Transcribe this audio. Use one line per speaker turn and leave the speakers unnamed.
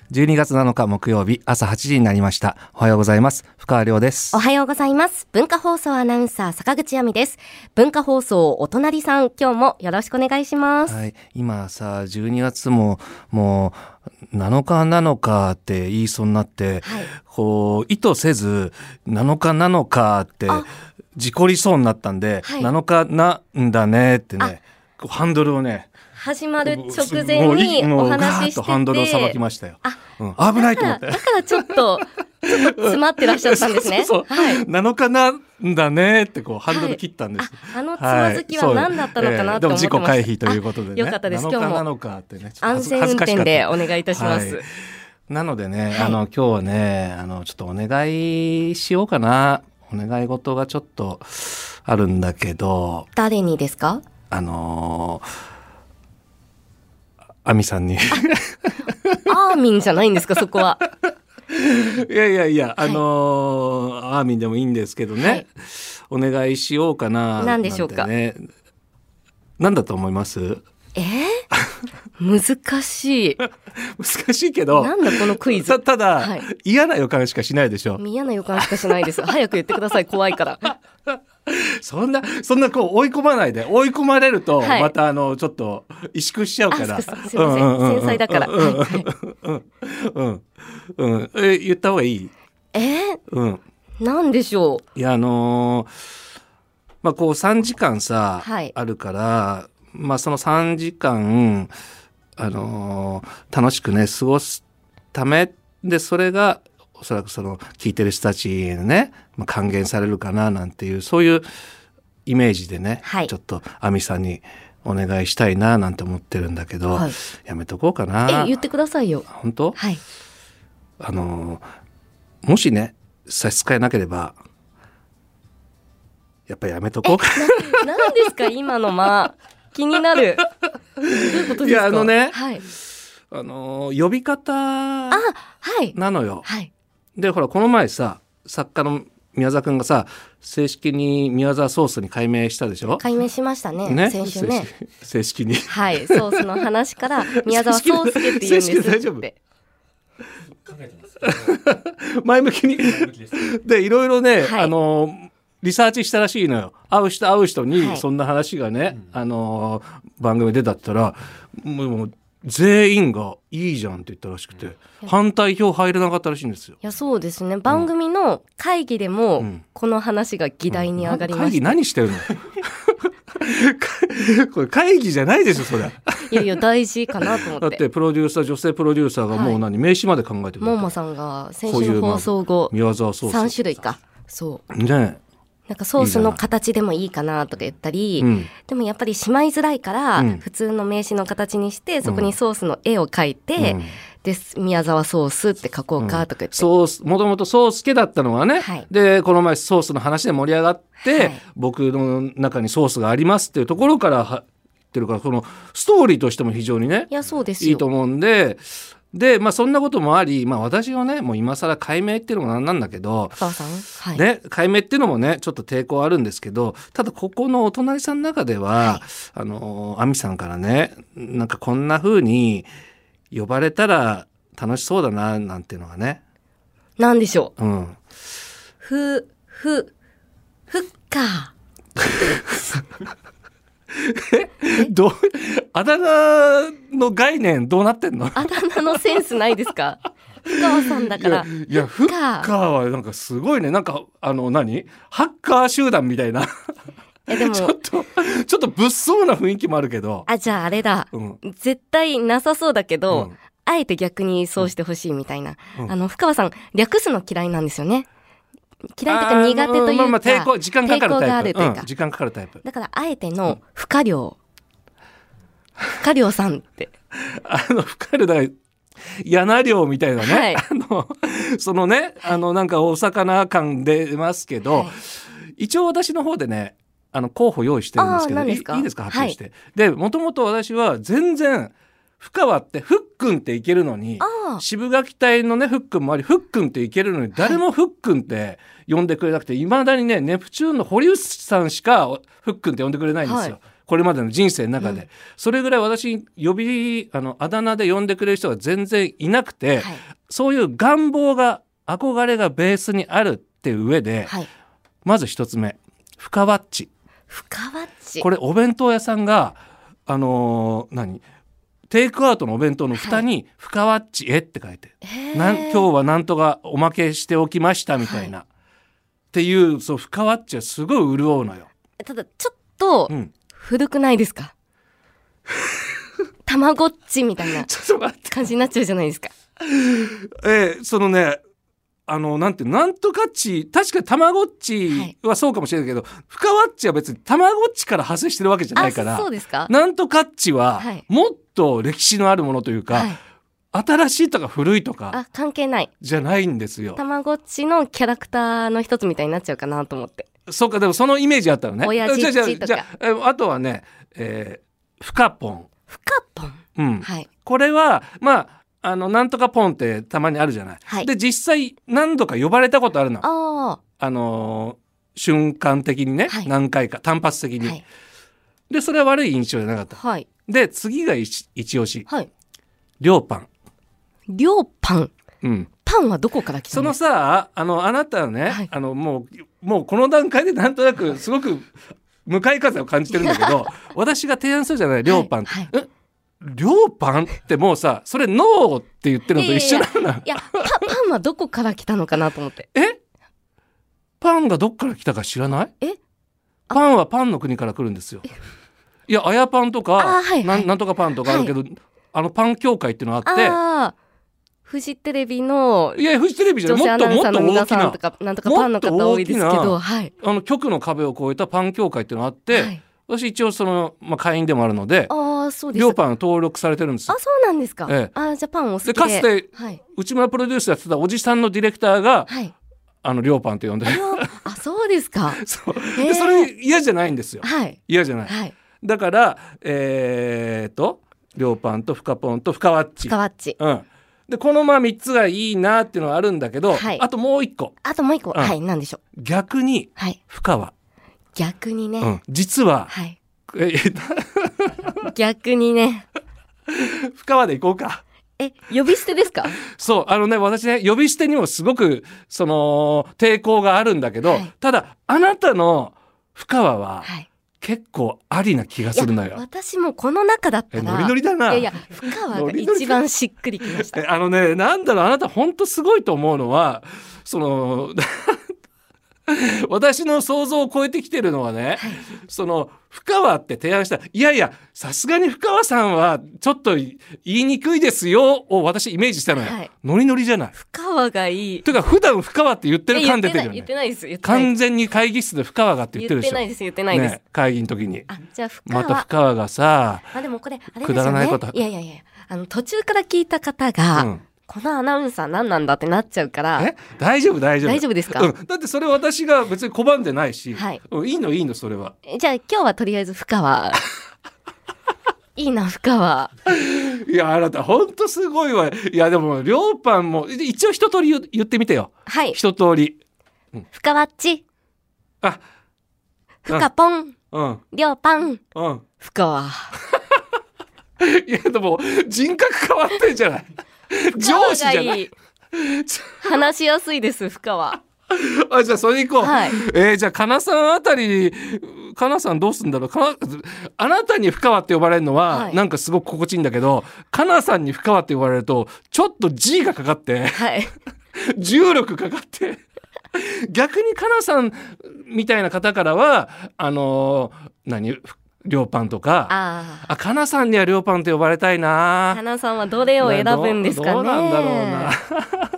12月7日木曜日朝8時になりました。おはようございます。深川亮です。
おはようございます。文化放送アナウンサー坂口亜美です。文化放送お隣さん、今日もよろしくお願いします。
はい、今さ12月ももう7日なのかって言いそうになって、
はい、
こう意図せず7日なのかって事故りそうになったんで、はい、7日なんだねってね、ハンドルをね
始まる直前にお話ししてて、
ハンドルをさばきましたよ。危ないと思って。
だからちょっと詰まってらっしゃったんですね。
そう、はい、7日なんだねってこうハンドル切ったんです。
はい、つまずきは何だったのかなって思ってました。
でも事故回避ということでね。
よかったです。今日も
なのかってね、
安全運転でお願いいたします。
はい、なのでね、今日はねちょっとお願いしようかな。お願い事がちょっとあるんだけど。
誰にですか？
アミさんに
アーミンじゃないんですか、そこは。
いや、アーミンでもいいんですけどね、はい、お願いしようかな。
何でしょうか。
何だと思います？
難しい
難しいけど、
なんだこのクイズ。
ただ、はい、嫌な予感しかしないでしょ。
嫌な予感しかしないです。早く言ってください、怖いから
そんなこう追い込まないで。追い込まれるとまたちょっと萎縮しちゃうから。
すいません、繊細だから。
言った方がいい？
なんでしょう。
いやこう3時間さ、
はい、
あるから、その3時間楽しくね過ごすためで、それがおそらくその聞いてる人たちへね、還元されるかななんていう、そういうイメージでね、はい、ちょっと亜美さんにお願いしたいななんて思ってるんだけど、はい、やめとこうかな。
言ってくださいよ。
本当？
はい。
もしね差し支えなければやっぱりやめとこうか。
何ですか今の気になる。どういうことですか？
いや
はい、
呼び方なのよ。
はい、
でほらこの前さ、作家の宮沢くんがさ正式に宮沢ソースに改名したでしょ。
改名しましたね、先週ね。
正式に、
はい、ソースの話から宮沢ソースケって言うんですって。
大丈夫？考えてます前向きにでいろいろね、はい、リサーチしたらしいのよ。会う人にそんな話がね、はい、番組でだったらもう全員がいいじゃんって言ったらしくて、反対票入れなかったらしいんですよ。
いやそうですね、番組の会議でもこの話が議題に上がりました。
会議何してるのこれ会議じゃないでしょそれ。
いや大事かなと思って。
だって女性プロデューサーがもう名刺まで考えてくれて、
ももさんが先週の放送後
宮沢ソース
3種類か、そう
ね、
なんかソースの形でもいいかなとか言ったり、でもやっぱりしまいづらいから、普通の名刺の形にしてそこにソースの絵を描いて、で宮沢ソースって書こうかとか言って、
もともとソースケだったのがね、はい、でこの前ソースの話で盛り上がって、はい、僕の中にソースがありますっていうところから言ってるから、そのストーリーとしても非常にね、
そうですよ、
いいと思うんで、そんなこともあり、私はねもう今更改名っていうのもなんなんだけど、
はい
ね、改名っていうのもねちょっと抵抗あるんですけど、ただここのお隣さんの中では、はい、亜美さんからね、なんかこんな風に呼ばれたら楽しそうだななんていうのがね。
なんでしょう。
ふっ
か
あだ名の概念どうなってんの？
あだ名のセンスないですか？深川さんだから。
いやフッカーはなんかすごいね、なんかハッカー集団みたいな
でも
ちょっと物騒な雰囲気もあるけど。
じゃああれだ、絶対なさそうだけど、あえて逆にそうしてほしいみたいな、深川さん略すの嫌いなんですよね。嫌いとか苦手というか、
抵抗時間かかるタイプ、
があるというか、
時間かかるタイプ
だからあえての深良さんって
深良だから柳漁みたいなね、
はい、
そのねなんかお魚感出ますけど、はい、一応私の方でね候補用意してるんですけど、いいですか発表して、はい、でもともと私は全然深川ってふっくんっていけるのに、渋垣隊のねふっくんもあり、ふっくんっていけるのに誰もふっくんって呼んでくれなくて、いまだにねネプチューンの堀内さんしかふっくんって呼んでくれないんですよ、はい、 これまでの人生の中で、それぐらい私あだ名で呼んでくれる人が全然いなくて、そういう願望が憧れがベースにあるっていう上で、まず一つ目、フカワッチ。これお弁当屋さんがテイクアウトのお弁当の蓋にフカワッチって書いて、今日はなんとかおまけしておきましたみたいな、っていうそうフカワッチはすごい潤うのよ。
ただちょっと古くないですか？たまごっちみたいな感じになっちゃうじゃないですか。
そのねなんとかっち、確かにたまごっちはそうかもしれないけど、フカワッチは別にたまごっちから派生してるわけじゃないから、
そうですか？
なんとかっちはもっと歴史のあるものというか、新しいとか古いとか
関係ない
じゃないんですよ。
たまごっちのキャラクターの一つみたいになっちゃうかなと思って。
そうか、でもそのイメージあったのね。
親父っちとか。
あとはね、フカポン。これはなんとかポンってたまにあるじゃない、で実際何度か呼ばれたことあるの。瞬間的にね、何回か単発的に、でそれは悪い印象じゃなかった、で次が一押し、りょうパン。パンはどこから来たの？そのさあなたはね、もうこの段階でなんとなくすごく向かい風を感じてるんだけど私が提案するじゃない、りょうパンって、りょうパンってもうさ、それノーって言ってるのと一緒なの。
パンはどこから来たのかなと思って。
パンがどっから来たか知らない？パンはパンの国から来るんですよ。いや、あやパンとかなんとかパンとかあるけど、パン協会っていうのがあって、
フジテレビの
フジテレビじゃない、もっと大きな、
なんとかパンの方多いですけど、
局の壁を越えたパン協会っていうのがあって、私一応会員でもあるので、りょうパン登録されてるんですよ。
そうなんですか。じゃあパンお好きで。
かつて、内村プロデュースやってたおじさんのディレクターが、りょうパンって呼んでる。
そうですか。
でそれ嫌じゃないんですよ。嫌じゃない。だからりょうパンとフカポンとフカワッチ。でこの3つがいいなっていうのはあるんだけど、あともう一個。何でしょう。 逆にフカワ。
逆にね、
実は、
逆にね
深川で行こうか。
呼び捨てですか？
そう私ね、呼び捨てにもすごく抵抗があるんだけど、ただあなたの深川は、結構ありな気がするのよ。
私もこの中だったら
ノリノリだな。
深川が一番しっくりきました。
あなた本当すごいと思うのは私の想像を超えてきてるのはね、深川って提案した、いやいやさすがに深川さんはちょっと言いにくいですよを私イメージしたのよ、ノリノリじゃない。
深川がいい。
というか普段深川って言ってる感出てるよね。
言ってないです。
完全に会議室で深川がって言ってるでしょ。
言ってないです、
会議の時に。
じゃあ深川、
また深川がさ、
でもこれあれですよね、
くだらないこと。
いや途中から聞いた方が、このアナウンサー何なんだってなっちゃうから。
大丈夫
ですか？
だってそれ私が別に拒んでないし、いいのそれは。
じゃあ今日はとりあえず深川いいな深川。
いやあなたほんとすごいわ。いやでもりょうパンも一応一通り言ってみてよ。一通り。
深川っち、深ポン、りょうパン、深川。
いやでも人格変わってんじゃない。上司じゃない。
話しやすいです深川。
じゃあそれ行こう。じゃあかなさんあたり、かなさんどうすんだろう。あなたに深川って呼ばれるのは、なんかすごく心地いいんだけど、かなさんに深川って呼ばれるとちょっと G がかかって、重力かかって逆にかなさんみたいな方からはりょうパンとか、かなさんにはりょうパンって呼ばれたいな。
かなさんはどれを選ぶんですかね。
どうなんだろうな